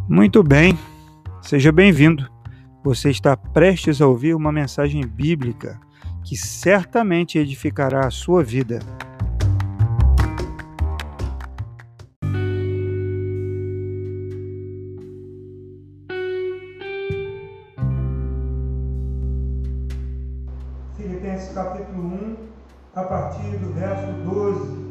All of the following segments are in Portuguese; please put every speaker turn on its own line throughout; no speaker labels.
Muito bem, seja bem-vindo. Você está prestes a ouvir uma mensagem bíblica que certamente edificará a sua vida.
Filipenses capítulo 1, a partir do verso 12.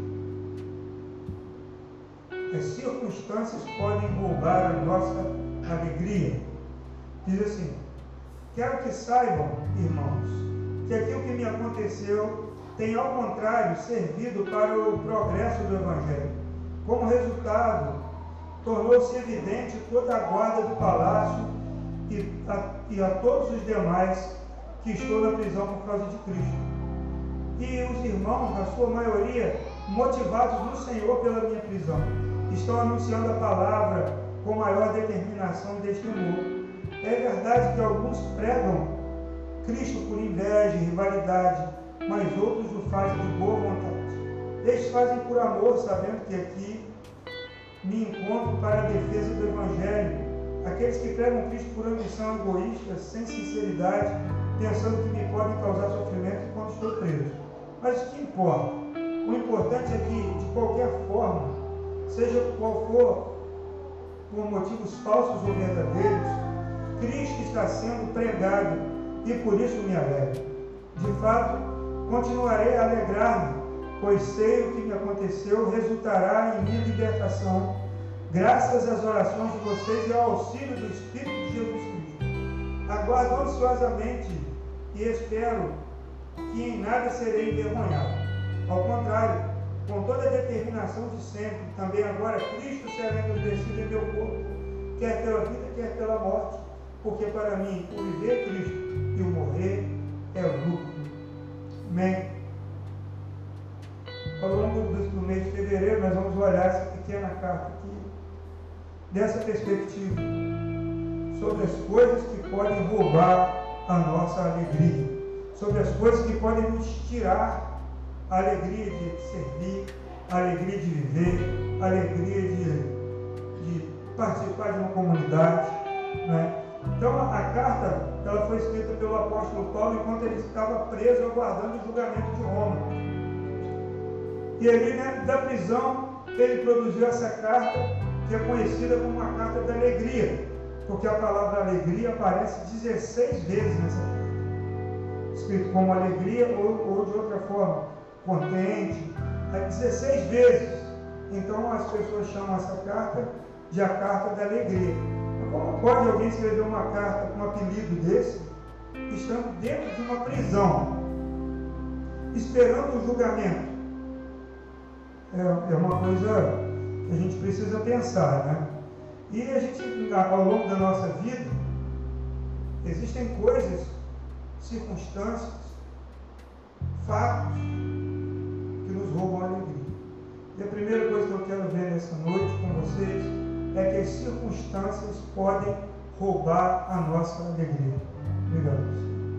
As circunstâncias podem roubar a nossa alegria. Diz assim: quero que saibam, irmãos, que aquilo que me aconteceu tem, ao contrário, servido para o progresso do Evangelho. Como resultado, tornou-se evidente toda a guarda do palácio e a todos os demais que estou na prisão por causa de Cristo. E os irmãos, na sua maioria, motivados no Senhor pela minha prisão, estão anunciando a palavra com maior determinação e destemor. É verdade que alguns pregam Cristo por inveja e rivalidade, mas outros o fazem de boa vontade. Estes fazem por amor, sabendo que aqui me encontro para a defesa do Evangelho. Aqueles que pregam Cristo por ambição egoísta, sem sinceridade, pensando que me podem causar sofrimento enquanto estou preso. Mas o que importa? O importante é que, de qualquer forma, seja qual for, por motivos falsos ou verdadeiros, Cristo está sendo pregado e por isso me alegro. De fato, continuarei a alegrar-me, pois sei o que me aconteceu resultará em minha libertação, graças às orações de vocês e ao auxílio do Espírito de Jesus Cristo. Aguardo ansiosamente e espero que em nada serei envergonhado. Ao contrário, com toda a determinação de sempre, também agora Cristo será engrandecido em meu corpo, quer pela vida, quer pela morte, porque para mim o viver é Cristo e o morrer é o lucro. Amém. Ao longo do mês de fevereiro, nós vamos olhar essa pequena carta aqui, dessa perspectiva, sobre as coisas que podem roubar a nossa alegria, sobre as coisas que podem nos tirar a alegria de servir, a alegria de viver, a alegria de participar de uma comunidade, né? Então a carta ela foi escrita pelo apóstolo Paulo enquanto ele estava preso aguardando o julgamento de Roma. E ali, né, da prisão, ele produziu essa carta que é conhecida como uma carta da alegria, porque a palavra alegria aparece 16 vezes nessa carta, escrito como alegria ou de outra forma, contente, 16 vezes. Então as pessoas chamam essa carta de a carta da alegria. Mas como pode alguém escrever uma carta com um apelido desse, estando dentro de uma prisão, esperando o julgamento? É uma coisa que a gente precisa pensar, né? E a gente, ao longo da nossa vida, existem coisas, circunstâncias, fatos que nos roubam a alegria. E a primeira coisa que eu quero ver nessa noite com vocês é que as circunstâncias podem roubar a nossa alegria. Obrigado.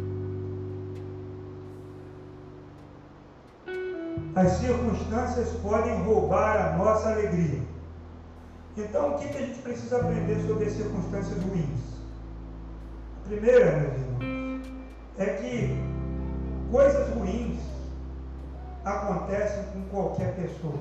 As circunstâncias podem roubar a nossa alegria. Então, o que a gente precisa aprender sobre as circunstâncias ruins? A primeira, meus irmãos, é que coisas ruins acontecem com qualquer pessoa.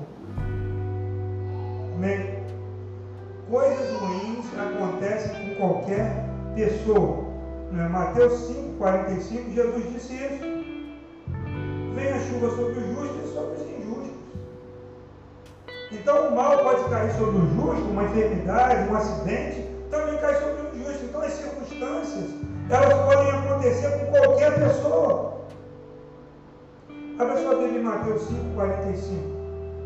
Amém? Coisas ruins acontecem com qualquer pessoa. Mateus 5,45, Jesus disse isso. Vem a chuva sobre os justos e sobre os injustos. Então o mal pode cair sobre o justo, uma enfermidade, um acidente, também cai sobre o justo. Então as circunstâncias, elas podem acontecer com qualquer pessoa. Abra sua Bíblia em Mateus 5,45.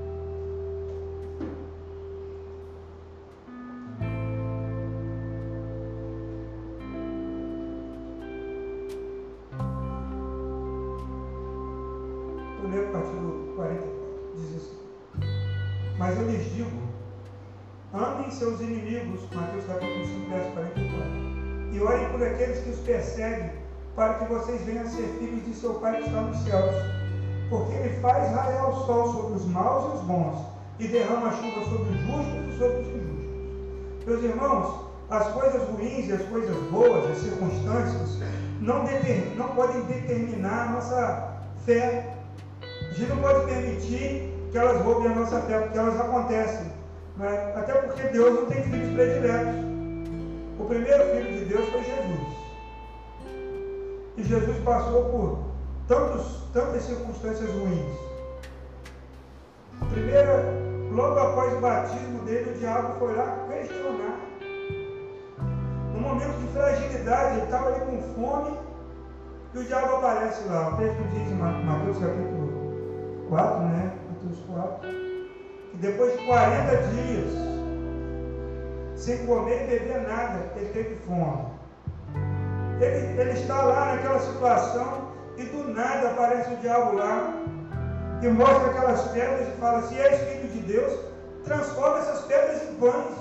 Vou ler o capítulo 44, diz assim: mas eu lhes digo, amem seus inimigos, Mateus capítulo 5, verso 44, e orem por aqueles que os perseguem, para que vocês venham a ser filhos de seu Pai que está nos céus, porque ele faz raiar o sol sobre os maus e os bons, e derrama a chuva sobre os justos e sobre os injustos. Meus irmãos, as coisas ruins e as coisas boas, as circunstâncias, não podem determinar a nossa fé. A gente não pode permitir que elas roubem a nossa fé, porque elas acontecem. Né? Até porque Deus não tem filhos prediletos. O primeiro filho de Deus foi Jesus. E Jesus passou por tantas circunstâncias ruins. Logo após o batismo dele, o diabo foi lá questionar. No momento de fragilidade, ele estava ali com fome, e o diabo aparece lá. O texto diz em Mateus capítulo 4, né? Mateus 4, que depois de 40 dias, sem comer e beber nada, ele teve fome. Ele está lá naquela situação, e do nada aparece o diabo lá, e mostra aquelas pedras e fala: se és filho de Deus, transforma essas pedras em pães.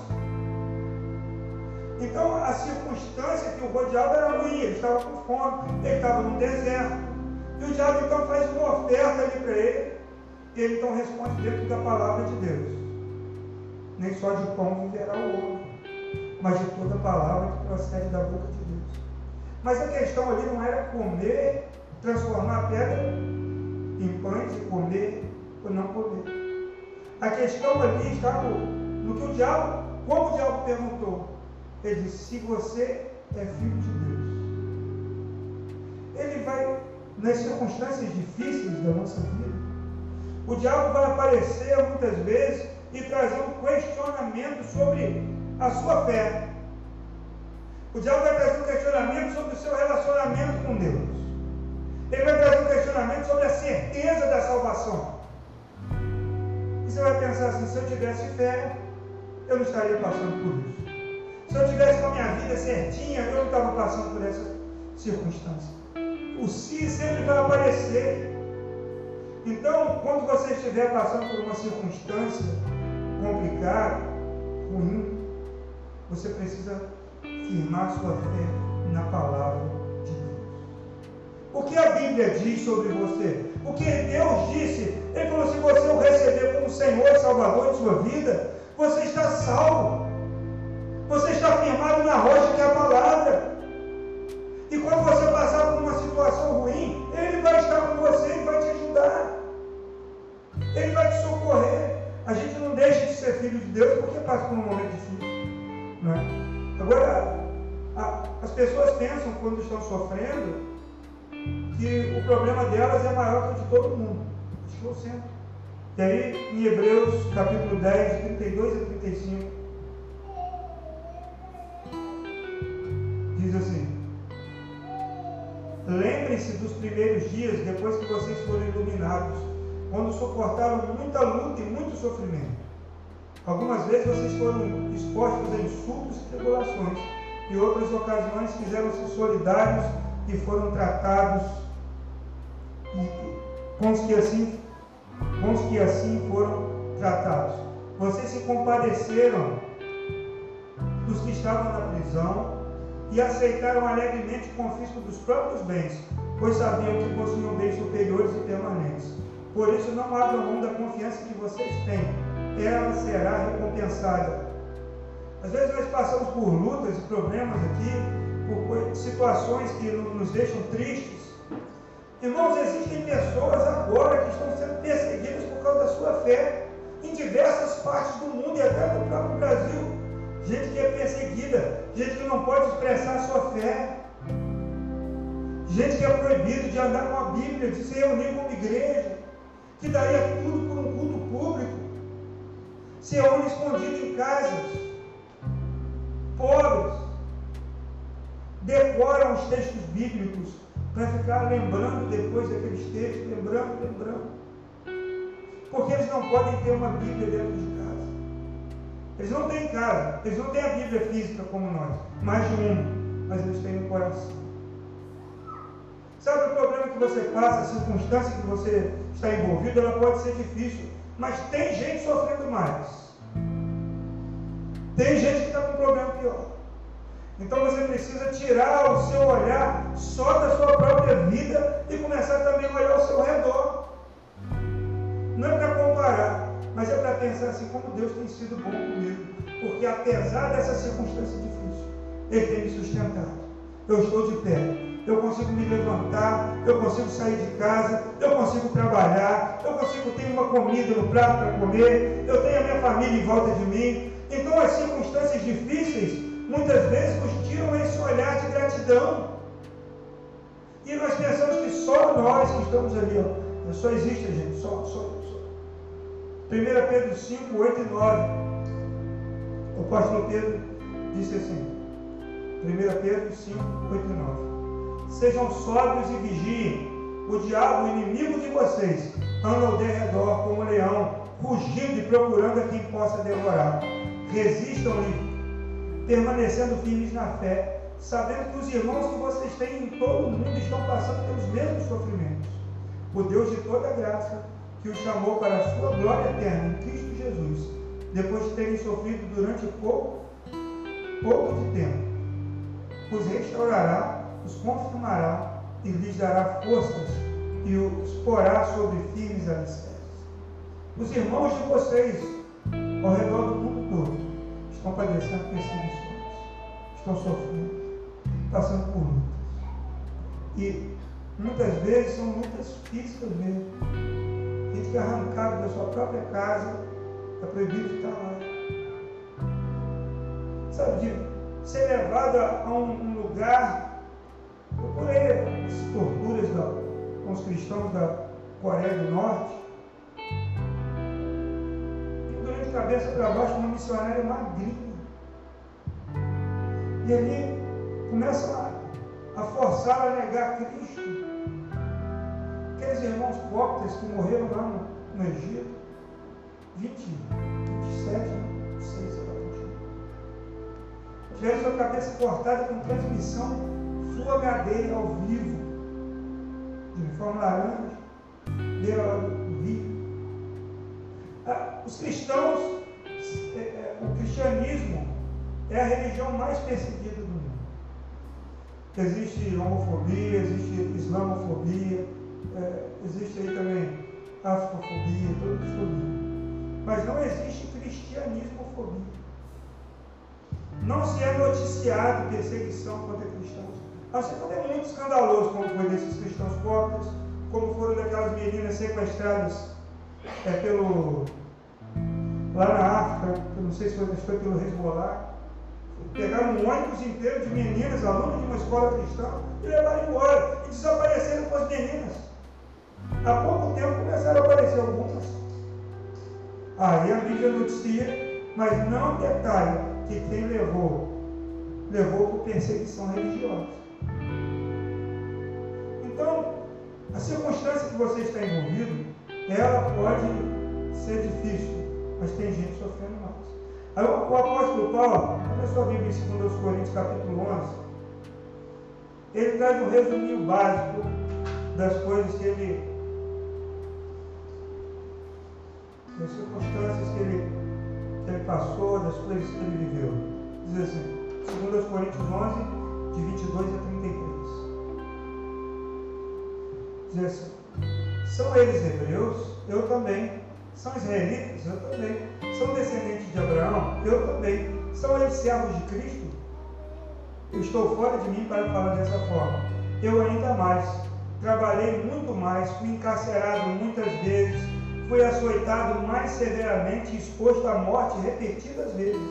Então a circunstância que o rodeava era ruim, ele estava com fome, ele estava no deserto, e o diabo então faz uma oferta ali para ele, e ele então responde dentro da palavra de Deus: nem só de pão viverá o homem, mas de toda palavra que procede da boca de Deus. Mas a questão ali não era comer, transformar a pedra em pães e comer ou não comer. A questão ali está no que o diabo, como o diabo perguntou, ele disse: se você é filho de Deus. Ele vai, nas circunstâncias difíceis da nossa vida, o diabo vai aparecer muitas vezes e trazer um questionamento sobre a sua fé. O diabo vai trazer um questionamento sobre o seu relacionamento com Deus. Ele vai trazer um questionamento sobre a certeza da salvação. E você vai pensar assim: se eu tivesse fé, eu não estaria passando por isso. Se eu tivesse com a minha vida certinha, eu não estava passando por essa circunstância. O se sempre vai aparecer. Então, quando você estiver passando por uma circunstância complicada, ruim, você precisa firmar sua fé na palavra de Deus. O que a Bíblia diz sobre você? O que Deus disse? Ele falou: se você o receber como Senhor e Salvador de sua vida, você está salvo. Você está firmado na rocha que é a palavra. E quando você passar por uma situação ruim, Ele vai estar com você e vai te ajudar. Ele vai te socorrer. A gente não deixa de ser filho de Deus porque passa por um momento difícil. Não é? Agora, as pessoas pensam, quando estão sofrendo, que o problema delas é maior que o de todo mundo. Estou sempre. E aí, em Hebreus capítulo 10, 32 a 35, diz assim: lembrem-se dos primeiros dias, depois que vocês foram iluminados, quando suportaram muita luta e muito sofrimento. Algumas vezes vocês foram expostos a insultos e tribulações, e outras ocasiões fizeram-se solidários e foram tratados com os que assim foram tratados. Vocês se compadeceram dos que estavam na prisão e aceitaram alegremente o confisco dos próprios bens, pois sabiam que possuíam bens superiores e permanentes. Por isso não abram mão da confiança que vocês têm, ela será recompensada. Às vezes nós passamos por lutas e problemas aqui, por situações que nos deixam tristes. Irmãos, existem pessoas agora que estão sendo perseguidas por causa da sua fé, em diversas partes do mundo e até no próprio Brasil. Gente que é perseguida, gente que não pode expressar a sua fé, gente que é proibido de andar com a Bíblia, de se reunir como igreja, que daria tudo por um culto público, se reúne escondido em casas, pobres, decoram os textos bíblicos para ficar lembrando depois daqueles textos, lembrando, porque eles não podem ter uma Bíblia dentro de casa. Eles não têm casa, eles não têm a Bíblia física como nós, mais de uma, mas eles têm no coração. Sabe o problema que você passa, a circunstância que você está envolvido, ela pode ser difícil, mas tem gente sofrendo mais. Tem gente que está com um problema pior. Então você precisa tirar o seu olhar só da sua própria vida e começar também a olhar ao seu redor. Não é para comparar, mas é para pensar assim: como Deus tem sido bom comigo. Porque apesar dessa circunstância difícil, Ele tem me sustentado. Eu estou de pé. Eu consigo me levantar, eu consigo sair de casa, eu consigo trabalhar, eu consigo ter uma comida no prato para comer, eu tenho a minha família em volta de mim. Então as circunstâncias difíceis muitas vezes nos tiram esse olhar de gratidão. E nós pensamos que só nós que estamos ali, ó, só existe, gente, só. 1 Pedro 5, 8 e 9. O apóstolo Pedro disse assim, 1 Pedro 5, 8 e 9. Sejam sóbrios e vigiem. O diabo, o inimigo de vocês, anda ao derredor como um leão, rugindo e procurando a quem possa devorar. Resistam-lhe, permanecendo firmes na fé, sabendo que os irmãos que vocês têm em todo o mundo estão passando pelos mesmos sofrimentos. O Deus de toda graça, que os chamou para a sua glória eterna em Cristo Jesus, depois de terem sofrido durante pouco de tempo, os restaurará, os confirmará e lhes dará forças e os porá sobre firmes alicerces. Os irmãos de vocês ao redor do mundo todo estão padecendo perseguições, estão sofrendo, passando por lutas. E muitas vezes são lutas físicas mesmo. Gente que é arrancado da sua própria casa, é proibido de estar lá. Sabe, de ser levado a um lugar. Por aí, as torturas com os cristãos da Coreia do Norte, pendurando de cabeça para baixo uma missionária magrinha. E ali começam a forçar a negar Cristo. Aqueles irmãos cópteres que morreram lá no Egito, 27, 6, tiveram sua cabeça cortada com transmissão Full HD ao vivo, de uniforme laranja, beira lá do rio. Os cristãos, o cristianismo é a religião mais perseguida do mundo. Existe homofobia, existe islamofobia, existe aí também afrofobia, todas as fobias. Mas não existe cristianismofobia. Não se é noticiado perseguição contra cristãos. Assim como é muito escandaloso, como foi desses cristãos cópteres, como foram daquelas meninas sequestradas lá na África, eu não sei se foi pelo Hezbollah. Pegaram um ônibus inteiro de meninas, alunos de uma escola cristã, e levaram embora, e desapareceram com as meninas. Há pouco tempo começaram a aparecer algumas. Aí a mídia noticia, mas não detalha que quem levou por perseguição religiosa. Então, a circunstância que você está envolvido, ela pode ser difícil, mas tem gente sofrendo mais. Aí o apóstolo Paulo, abre a sua Bíblia em 2 Coríntios capítulo 11, ele traz um resuminho básico das coisas que das circunstâncias que ele passou, das coisas que ele viveu. Diz assim, 2 Coríntios 11, de 22 a 33. Diz assim, são eles hebreus? Eu também. São israelitas? Eu também. São descendentes de Abraão? Eu também. São eles servos de Cristo? Eu estou fora de mim para falar dessa forma. Eu ainda mais. Trabalhei muito mais, fui encarcerado muitas vezes, fui açoitado mais severamente e exposto à morte repetidas vezes.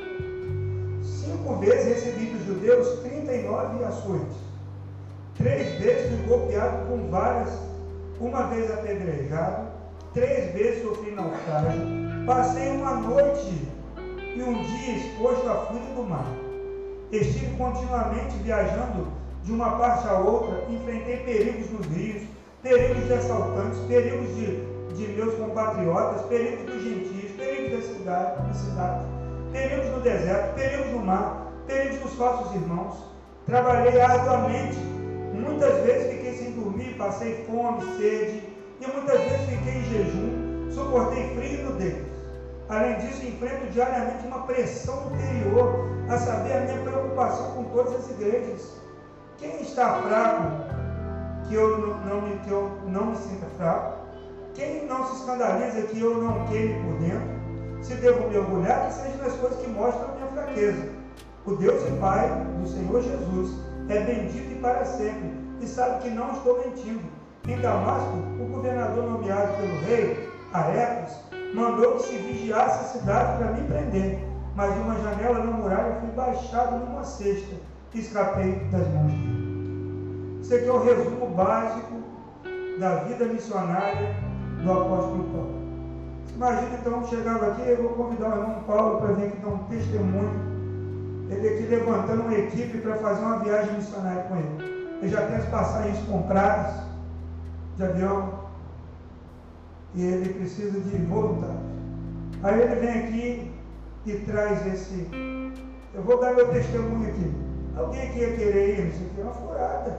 5 vezes recebi dos judeus 39 açoites. 3 vezes fui golpeado com varas, uma vez apedrejado, 3 vezes sofri naufrágio, passei uma noite e um dia exposto à fúria do mar. Estive continuamente viajando de uma parte a outra, enfrentei perigos nos rios, perigos de assaltantes, perigos de meus compatriotas, perigos dos gentios, perigos da cidade, perigos no deserto, perigos no mar, perigos dos falsos irmãos. Trabalhei arduamente, muitas vezes fiquei sem dormir, passei fome, sede, e muitas vezes fiquei em jejum, suportei frio e nudez. Além disso, enfrento diariamente uma pressão interior, a saber, a minha preocupação com todas as igrejas. Quem está fraco, que eu não me sinta fraco? Quem não se escandaliza que eu não queime por dentro? Se devo me orgulhar, que seja nas coisas que mostram a minha fraqueza. O Deus e Pai do Senhor Jesus é bendito e para sempre, e sabe que não estou mentindo. Em Damasco, o governador nomeado pelo rei, Aretas, mandou que se vigiasse a cidade para me prender, mas de uma janela na muralha fui baixado numa cesta e escapei das mãos dele. Isso aqui é o resumo básico da vida missionária do apóstolo Paulo. Imagina então, chegando aqui, eu vou convidar o irmão Paulo para vir aqui dar um testemunho. Ele aqui levantando uma equipe para fazer uma viagem missionária com ele. Ele já tem as passagens compradas de avião e ele precisa de voluntários. Aí ele vem aqui e traz esse. Eu vou dar meu testemunho aqui. Alguém aqui ia querer ir? Isso aqui é uma furada.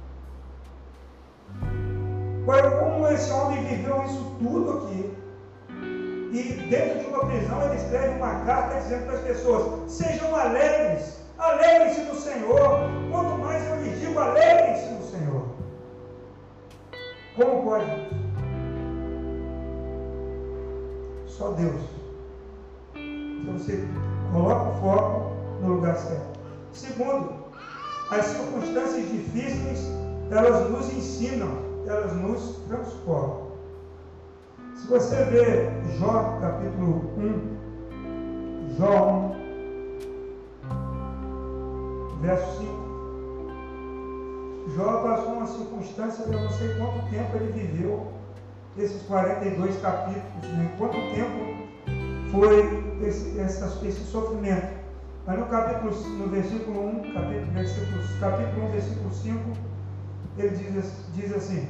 Como esse homem viveu isso tudo aqui? E dentro de uma prisão ele escreve uma carta dizendo para as pessoas: sejam alegres, alegrem-se no Senhor. Quanto mais eu lhes digo, alegrem-se no Senhor. Como pode isso? Só Deus. Então você coloca o foco no lugar certo. Segundo, as circunstâncias difíceis, elas nos ensinam, elas nos transformam. Se você ver Jó capítulo 1, Jó 1, verso 5, Jó passou uma circunstância, eu não sei quanto tempo ele viveu, esses 42 capítulos, né? Quanto tempo foi esse sofrimento. Mas no versículo 1, capítulo 1, versículo 5, ele diz assim: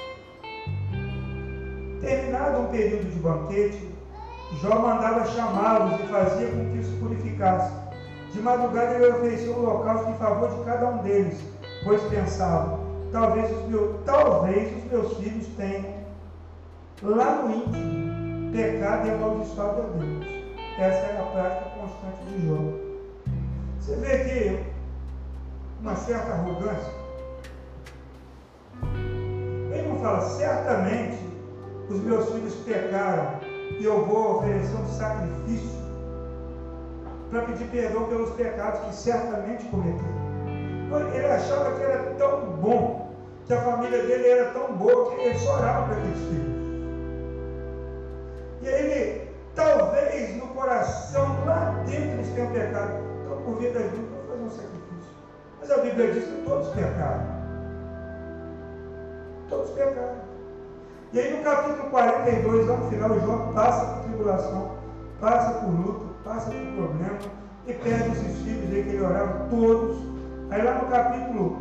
terminado um período de banquete, Jó mandava chamá-los e fazia com que os purificasse. De madrugada ele ofereceu o holocausto em favor de cada um deles, pois pensava: talvez os meus filhos tenham lá no íntimo pecado e amaldiçoado a Deus. Essa era a prática constante de Jó. Você vê aqui uma certa arrogância. Ele não fala: certamente os meus filhos pecaram e eu vou oferecer um sacrifício para pedir perdão pelos pecados que certamente cometeram. Ele achava que era tão bom, que a família dele era tão boa, que ele só orava para aqueles filhos. E aí ele, talvez no coração, lá dentro eles tenham pecado. Então, por via das dúvidas, vou fazer um sacrifício. Mas a Bíblia diz que todos pecaram. Todos pecaram. E aí no capítulo 42, lá no final, Jó passa por tribulação, passa por luta, passa por problema, e perde esses filhos aí que ele orava todos. Aí lá no capítulo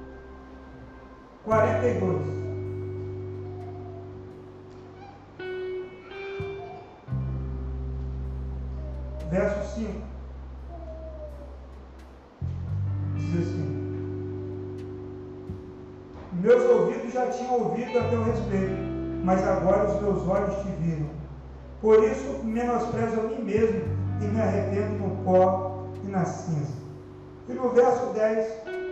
42, verso 5, diz assim: meus ouvidos já tinham ouvido a teu respeito, mas agora os meus olhos te viram. Por isso menosprezo a mim mesmo e me arrependo no pó e na cinza. E no verso 10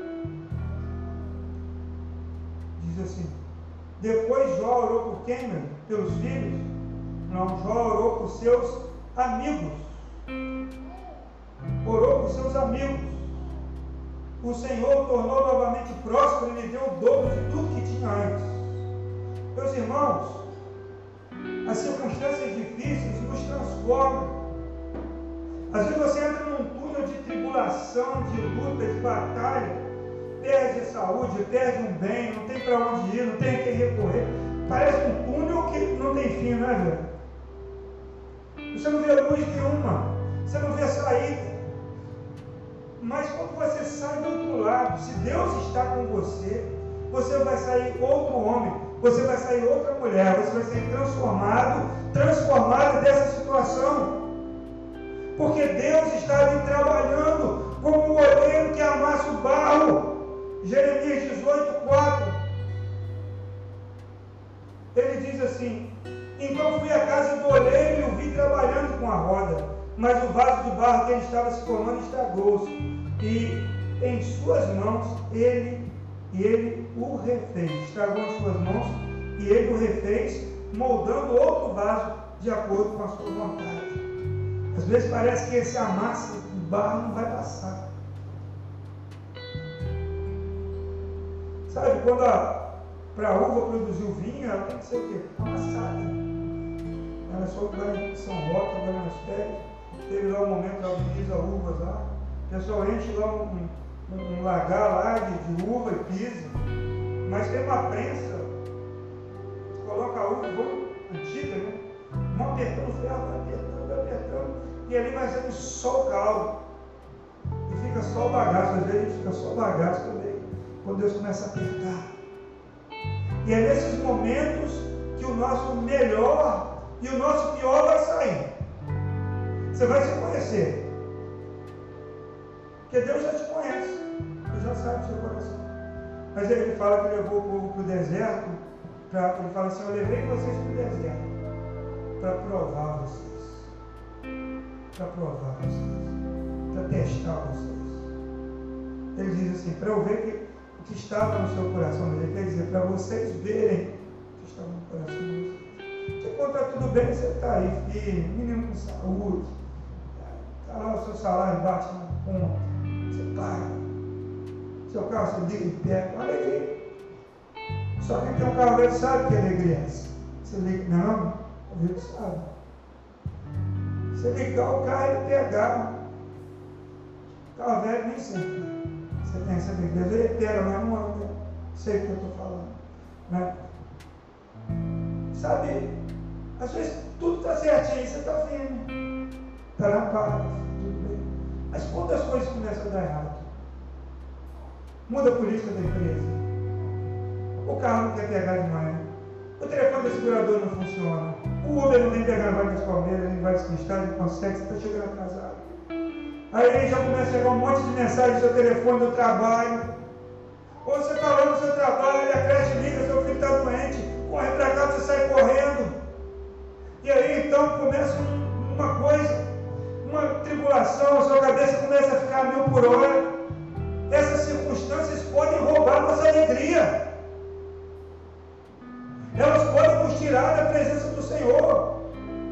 diz assim: depois Jó orou por quem, meu? Pelos filhos? Não, Jó orou por seus amigos. Orou por seus amigos. O Senhor o tornou novamente próspero e lhe deu o dobro de tudo que tinha antes. Meus irmãos, as circunstâncias difíceis nos transformam. Às vezes você entra num túnel de tribulação, de luta, de batalha, perde a saúde, perde um bem, não tem para onde ir, não tem a quem recorrer. Parece um túnel que não tem fim, não é, velho? Você não vê luz nenhuma, você não vê saída. Mas quando você sai do outro lado, se Deus está com você, você vai sair outro homem, você vai sair outra mulher, você vai sair transformado dessa situação. Porque Deus está ali trabalhando como um oleiro que amassa o barro. Jeremias 18:4. Ele diz assim: então fui à casa do oleiro e o vi trabalhando com a roda, mas o vaso de barro que ele estava se formando estragou-se, e em suas mãos ele o refez. Estragou em suas mãos e ele o refez, moldando outro vaso de acordo com a sua vontade. Às vezes parece que esse amasso de barro não vai passar. Sabe, quando para a uva produzir o vinho, ela tem que ser o quê? Amassada. Ela só lá em São Roque, agora nas férias, teve lá um momento, ela pisa uvas lá, o pessoal enche lá um lagar lá de uva e pisa, mas tem uma prensa, coloca a uva antiga, né? Vão apertando o ferro, vai apertando, e ali vai sendo só o caldo, e fica só o bagaço, às vezes fica só o bagaço também, quando Deus começa a apertar. E é nesses momentos que o nosso melhor e o nosso pior vai sair. Você vai se conhecer. Porque Deus já te conhece. Ele já sabe o seu coração. Mas ele fala que levou o povo para o deserto. Ele fala assim, eu levei vocês para o deserto para provar vocês. Para provar vocês. Para testar vocês. Ele diz assim, para eu ver o que estava no seu coração. Ele quer dizer, para vocês verem o que estava no coração de vocês. Porque quando está tudo bem, você está aí, firme, menino com saúde, está lá o seu salário bate na conta, você paga, seu carro você liga e pega, uma alegria. Só que quem tem um carro velho sabe que alegria é essa. Você liga, não, o velho sabe. Você ligar o carro e pegar, o carro velho nem sempre. Você tem essa alegria, ele pega, mas não anda, sei o que eu estou falando, né? Sabe, às vezes tudo está certinho, você está firme, está na paz, tudo bem. Mas quando as coisas começam a dar errado, muda a política da empresa, o carro não quer pegar de manhã, o telefone do segurador não funciona, o Uber não vem pegar no Vale das Palmeiras, nem vai descristar, não consegue, você está chegando atrasado. Aí já começa a chegar um monte de mensagem no seu telefone do trabalho, ou você está lá no seu trabalho, a creche liga, seu filho está doente, corre para cá, você sai correndo. E aí então começa uma coisa, uma tribulação, a sua cabeça começa a ficar a 1000 por hora. Essas circunstâncias podem roubar a nossa alegria. Elas podem nos tirar da presença do Senhor.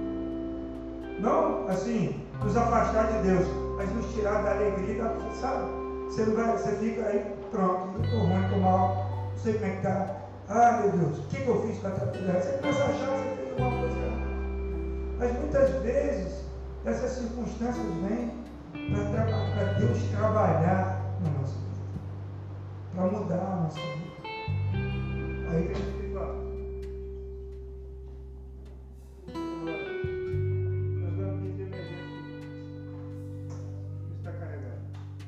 Não, assim, nos afastar de Deus, mas nos tirar da alegria, sabe? Você não vai, você fica aí, pronto, eu estou ruim, estou mal, não sei como é que está. Ah, meu Deus, o que eu fiz para estar tudo errado? Você começa a achar que você fez alguma coisa errada. Mas muitas vezes, essas circunstâncias vêm para Deus trabalhar na nossa vida, para mudar a nossa vida. Aí que a gente fala. Nós vamos pedir emergência. Está carregado.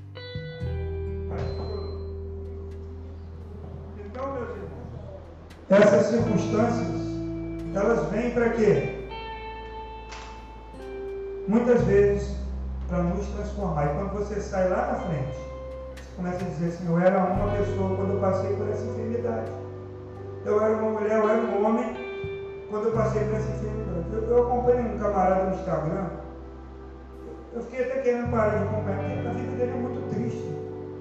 Então, meus irmãos, essas circunstâncias, elas vêm para quê? Muitas vezes, para nos transformar. E quando você sai lá na frente, você começa a dizer assim, eu era uma pessoa quando eu passei por essa enfermidade. Eu era uma mulher, eu era um homem quando eu passei por essa enfermidade. Eu acompanho um camarada no Instagram, eu fiquei até querendo parar de acompanhar, porque a vida dele é muito triste.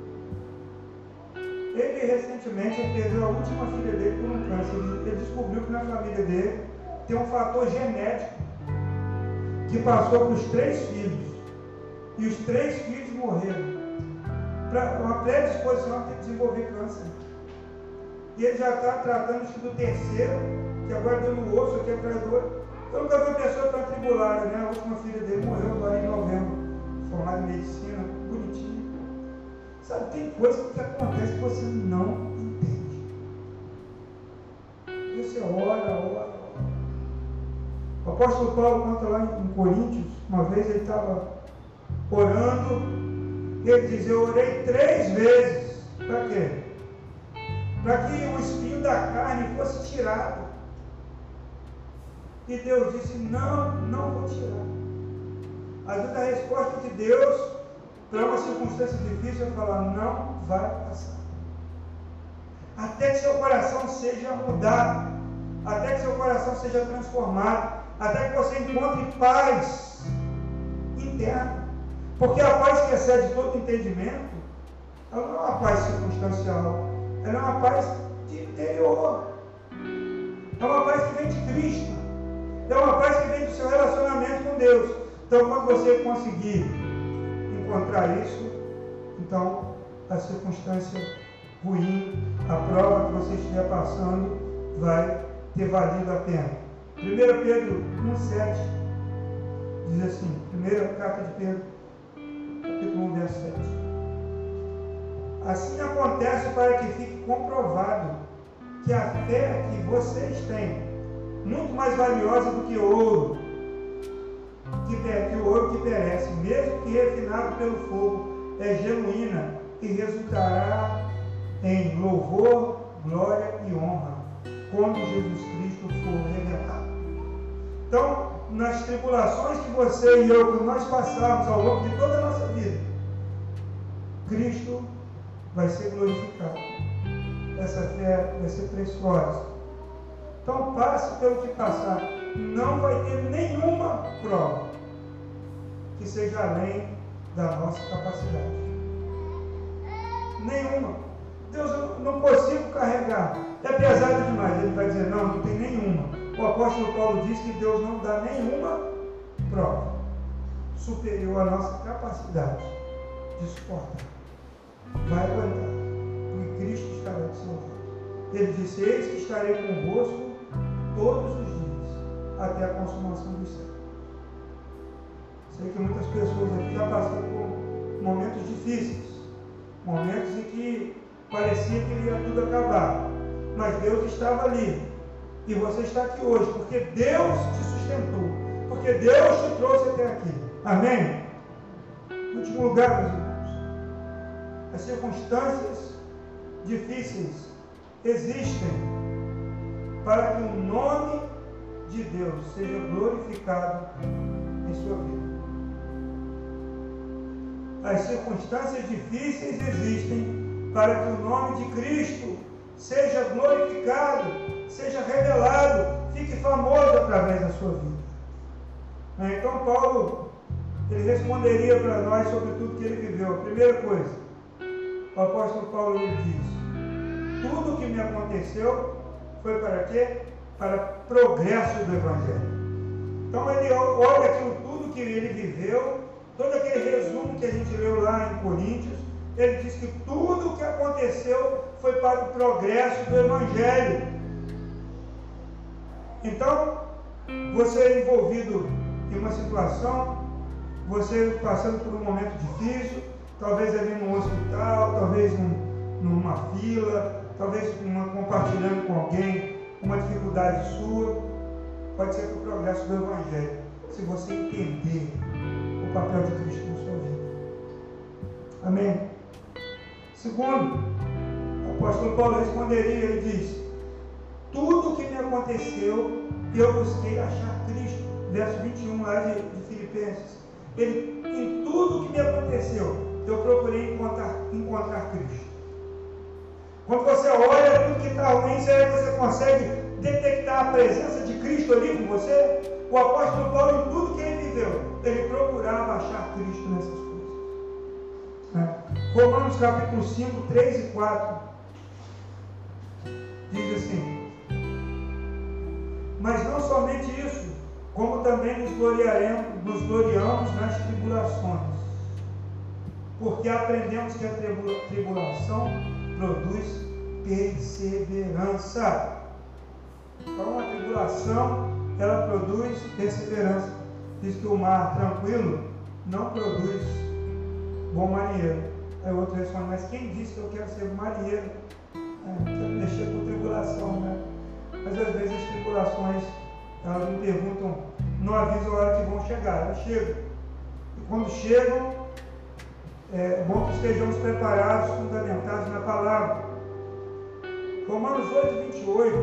Ele recentemente perdeu a última filha dele por um câncer. Ele descobriu que na família dele tem um fator genético que passou para os 3 filhos. E os 3 filhos morreram. Para uma predisposição a desenvolver câncer. E ele já está tratando do terceiro, que agora deu no osso, aqui atrás do olho. Eu nunca vi uma pessoa tão atribulada, né? A última filha dele morreu agora em novembro, formada em medicina, bonitinha. Sabe, tem coisa que acontece que você não entende. Você ora. O apóstolo Paulo conta lá em Coríntios, uma vez ele estava orando, e ele diz, eu orei 3 vezes. Para quê? Para que o espinho da carne fosse tirado. E Deus disse, não vou tirar. Às vezes a resposta de Deus para uma circunstância difícil é falar, não vai passar. Até que seu coração seja mudado, até que seu coração seja transformado, até que você encontre paz interna. Porque a paz que excede todo entendimento, ela não é uma paz circunstancial, ela é uma paz de interior. É uma paz que vem de Cristo. É uma paz que vem do seu relacionamento com Deus. Então, quando você conseguir encontrar isso, então a circunstância ruim, a prova que você estiver passando vai ter valido a pena. 1 Pedro 1,7 diz assim, primeira carta de Pedro, capítulo 1, verso 7. Assim acontece para que fique comprovado que a fé que vocês têm, muito mais valiosa do que ouro, que o ouro que perece, mesmo que refinado pelo fogo, é genuína e resultará em louvor, glória e honra, quando Jesus Cristo for revelado. Então, nas tribulações que você e eu, que nós passamos ao longo de toda a nossa vida, Cristo vai ser glorificado. Essa fé vai ser preciosa. Então, passe pelo que passar. Não vai ter nenhuma prova que seja além da nossa capacidade. Nenhuma. Deus, eu não consigo carregar. É pesado demais. Ele vai dizer, não tem nenhuma. O apóstolo Paulo diz que Deus não dá nenhuma prova superior à nossa capacidade de suportar. Vai aguentar, porque Cristo estará do seu lado. Ele disse, eis que estarei convosco todos os dias, até a consumação dos séculos. Sei que muitas pessoas aqui já passaram por momentos difíceis, momentos em que parecia que ia tudo acabar, mas Deus estava ali, e você está aqui hoje, porque Deus te sustentou, porque Deus te trouxe até aqui. Amém? Em último lugar, meus irmãos, as circunstâncias difíceis existem para que o nome de Deus seja glorificado em sua vida. As circunstâncias difíceis existem para que o nome de Cristo seja glorificado, seja revelado, fique famoso através da sua vida. Então Paulo, ele responderia para nós sobre tudo que ele viveu. A primeira coisa, o apóstolo Paulo lhe diz, tudo o que me aconteceu foi para quê? Para progresso do Evangelho. Então ele olha aquilo tudo que ele viveu, todo aquele resumo que a gente leu lá em Coríntios, ele diz que tudo o que aconteceu foi para o progresso do Evangelho. Então, você envolvido em uma situação, você passando por um momento difícil, talvez ali no hospital, talvez numa fila, talvez compartilhando com alguém uma dificuldade sua, pode ser para o progresso do Evangelho, se você entender o papel de Cristo na sua vida. Amém? Segundo, o apóstolo Paulo responderia, ele diz, tudo o que me aconteceu, eu busquei achar Cristo. Verso 21 lá de Filipenses. Ele, em tudo o que me aconteceu, eu procurei encontrar Cristo. Quando você olha tudo que está ruim, você consegue detectar a presença de Cristo ali com você? O apóstolo Paulo, em tudo que ele viveu, ele procurava achar Cristo nessas coisas. Romanos capítulo 5, 3 e 4 diz assim, mas não somente isso, como também nos gloriamos nas tribulações, porque aprendemos que a tribulação produz perseverança. Então a tribulação, ela produz perseverança. Diz que o mar tranquilo não produz bom marinheiro. Aí o outro responde, mas quem disse que eu quero ser marinheiro? Você mexer com tribulação, né? Mas às vezes as tribulações, elas me perguntam, não avisam a hora que vão chegar, elas chegam. E quando chegam, é bom que estejamos preparados, fundamentados na palavra. Romanos 8, 28,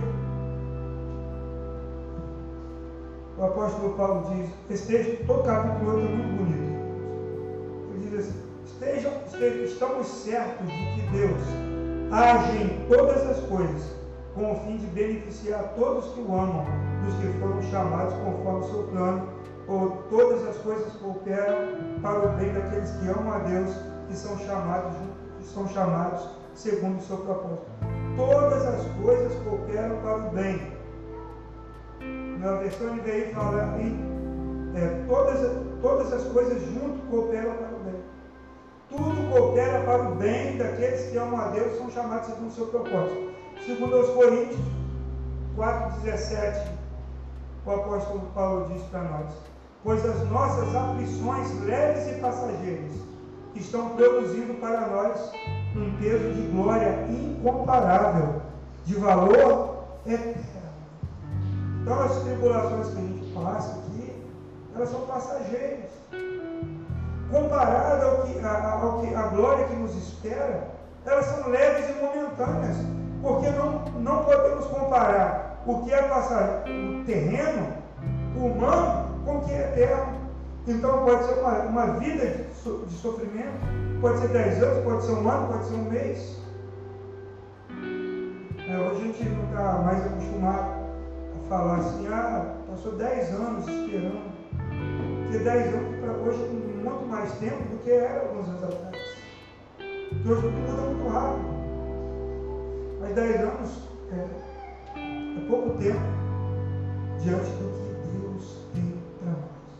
o apóstolo Paulo diz, esse texto, todo capítulo 8 é muito bonito. Ele diz assim, estamos certos de que Deus age em todas as coisas, com o fim de beneficiar todos que o amam, dos que foram chamados conforme o seu plano, ou todas as coisas cooperam para o bem daqueles que amam a Deus e são chamados segundo o seu propósito. Todas as coisas cooperam para o bem. Na versão NVI fala em todas as coisas junto cooperam para o bem. tudo coopera para o bem daqueles que amam a Deus e são chamados segundo o seu propósito. Segundo aos Coríntios 4,17, o apóstolo Paulo diz para nós: pois as nossas aflições leves e passageiras estão produzindo para nós um peso de glória incomparável, de valor eterno. Então as tribulações que a gente passa aqui, elas são passageiras. Comparada ao que a glória que nos espera, elas são leves e momentâneas, porque não podemos comparar o que é o terreno, o humano, com o que é eterno. Então pode ser uma vida de sofrimento, pode ser 10 anos, pode ser um ano, pode ser um mês. Hoje a gente não está mais acostumado a falar assim: passou 10 anos esperando. Porque 10 anos para hoje é muito mais tempo do que era alguns anos atrás. Porque hoje tudo muda muito rápido. Mas 10 anos é pouco tempo diante do que Deus tem para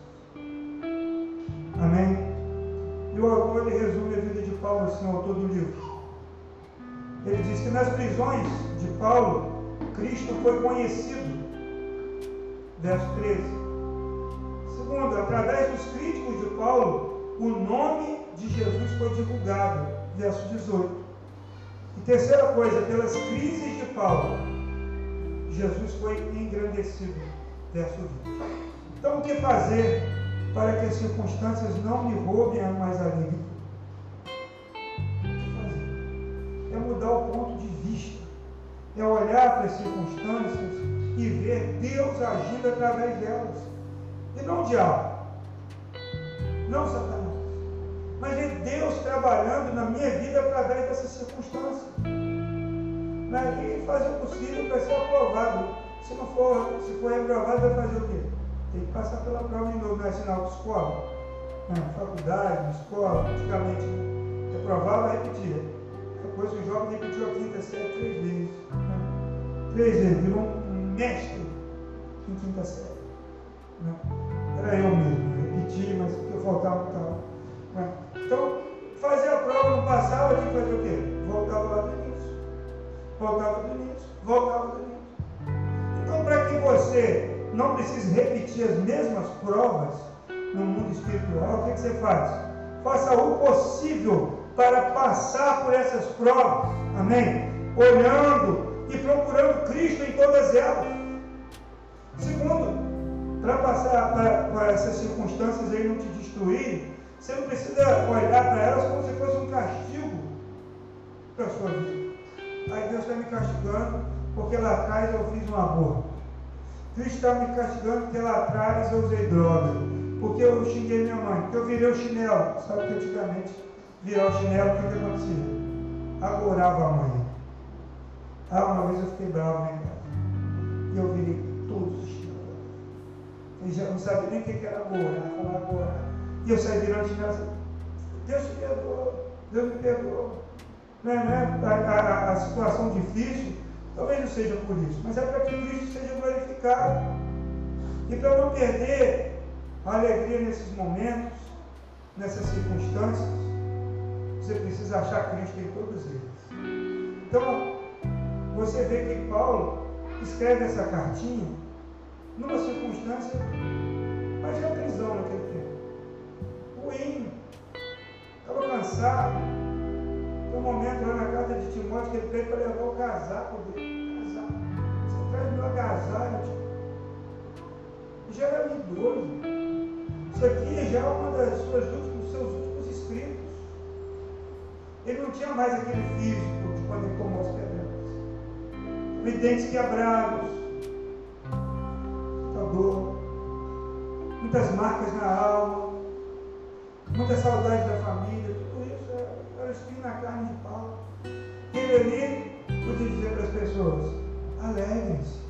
nós. Amém? E o autor ele resume a vida de Paulo assim, o autor do livro. Ele diz que nas prisões de Paulo, Cristo foi conhecido. Verso 13. Segundo, através dos críticos de Paulo, o nome de Jesus foi divulgado. Verso 18. E terceira coisa, pelas crises de Paulo, Jesus foi engrandecido. Verso 20. Então, o que fazer para que as circunstâncias não me roubem a mais alegre? O que fazer? É mudar o ponto de vista. É olhar para as circunstâncias e ver Deus agindo através delas. E não o diabo, não Satanás, mas é Deus trabalhando na minha vida através dessas circunstâncias. E fazer o possível para ser aprovado. Se for reprovado, vai fazer o quê? Tem que passar pela prova de novo, não é sinal de escola, faculdade, escola, praticamente reprovava, repetia. Depois o jovem repetiu a quinta série 3 vezes. 3 vezes, virou um mestre em quinta série. Era eu mesmo, repeti, mas eu faltava e tal. Então, fazer a prova, não passava, tinha que fazer o quê? Voltava lá do início. Voltava do início. Voltava do início. Então, para que você não precise repetir as mesmas provas no mundo espiritual, o que você faz? Faça o possível para passar por essas provas. Amém? Olhando e procurando Cristo em todas elas. Segundo, para passar para essas circunstâncias aí não te destruírem, você não precisa olhar para elas como se fosse um castigo para a sua vida. Aí Deus está me castigando porque lá atrás eu fiz um aborto. Cristo está me castigando porque lá atrás eu usei droga, porque eu xinguei minha mãe, porque eu virei o chinelo. Sabe que antigamente virar o chinelo, o que acontecia? Agorava a mãe. Uma vez eu fiquei bravo em casa e eu virei todos os chinelos. Eu já não sabia nem o que era agorar. E eu saí virando chinelo assim: Deus te perdoou, Deus me perdoou. Não é? A situação difícil talvez não seja por isso, mas é para que Cristo seja glorificado. E para não perder a alegria nesses momentos, nessas circunstâncias, você precisa achar Cristo em todos eles. Então, você vê que Paulo escreve essa cartinha numa circunstância, mas a prisão naquele tempo. Ruim, estava cansado. Tem um momento lá na casa de Timóteo que ele pede para levar o casaco dele. Casaco. Você traz meu agasalho, já era idoso. Isso aqui já é uma das dos seus últimos escritos. Ele não tinha mais aquele físico de quando ele tomou as pedras. Dentes quebrados, muita dor, muitas marcas na alma, muita saudade da família, tudo isso era espinho na carne de Paulo. Ele ali podia dizer para as pessoas: alegrem-se.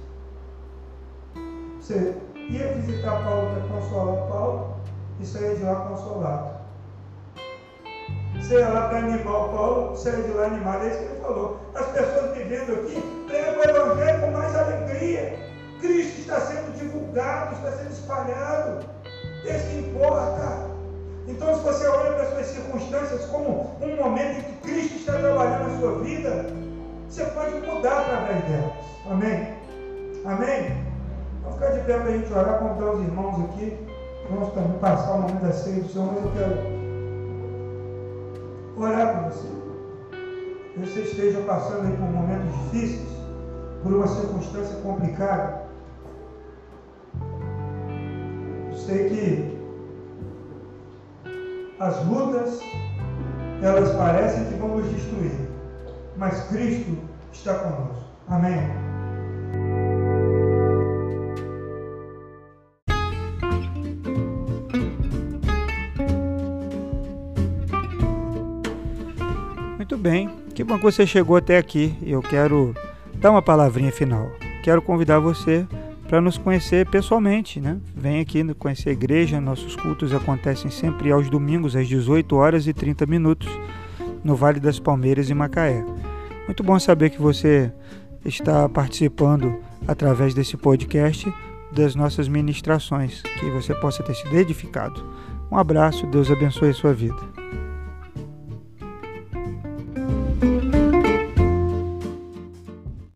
Você ia visitar Paulo para consolar Paulo e saía de lá consolado. Você ia lá para animar o Paulo, saía de lá animado. É isso que ele falou. As pessoas vivendo aqui pregam o Evangelho com mais alegria. Cristo está sendo divulgado, está sendo espalhado. Isso que importa. Então, se você olha para as suas circunstâncias, circunstâncias como um momento em que Cristo está trabalhando na sua vida, você pode mudar através delas. Amém? Amém? Vamos ficar de pé para a gente orar, convidar os irmãos aqui. Vamos também passar o momento da ceia do Senhor, mas eu quero orar por você. Que você esteja passando aí por momentos difíceis, por uma circunstância complicada. Eu sei que as lutas, elas parecem que vão nos destruir, mas Cristo está conosco. Amém?
Muito bem, que bom que você chegou até aqui. Eu quero dar uma palavrinha final. Quero convidar você para nos conhecer pessoalmente, né? Vem aqui conhecer a igreja. Nossos cultos acontecem sempre aos domingos às 18h30 no Vale das Palmeiras, em Macaé. Muito bom saber que você está participando através desse podcast das nossas ministrações, que você possa ter sido edificado. Um abraço, Deus abençoe a sua vida.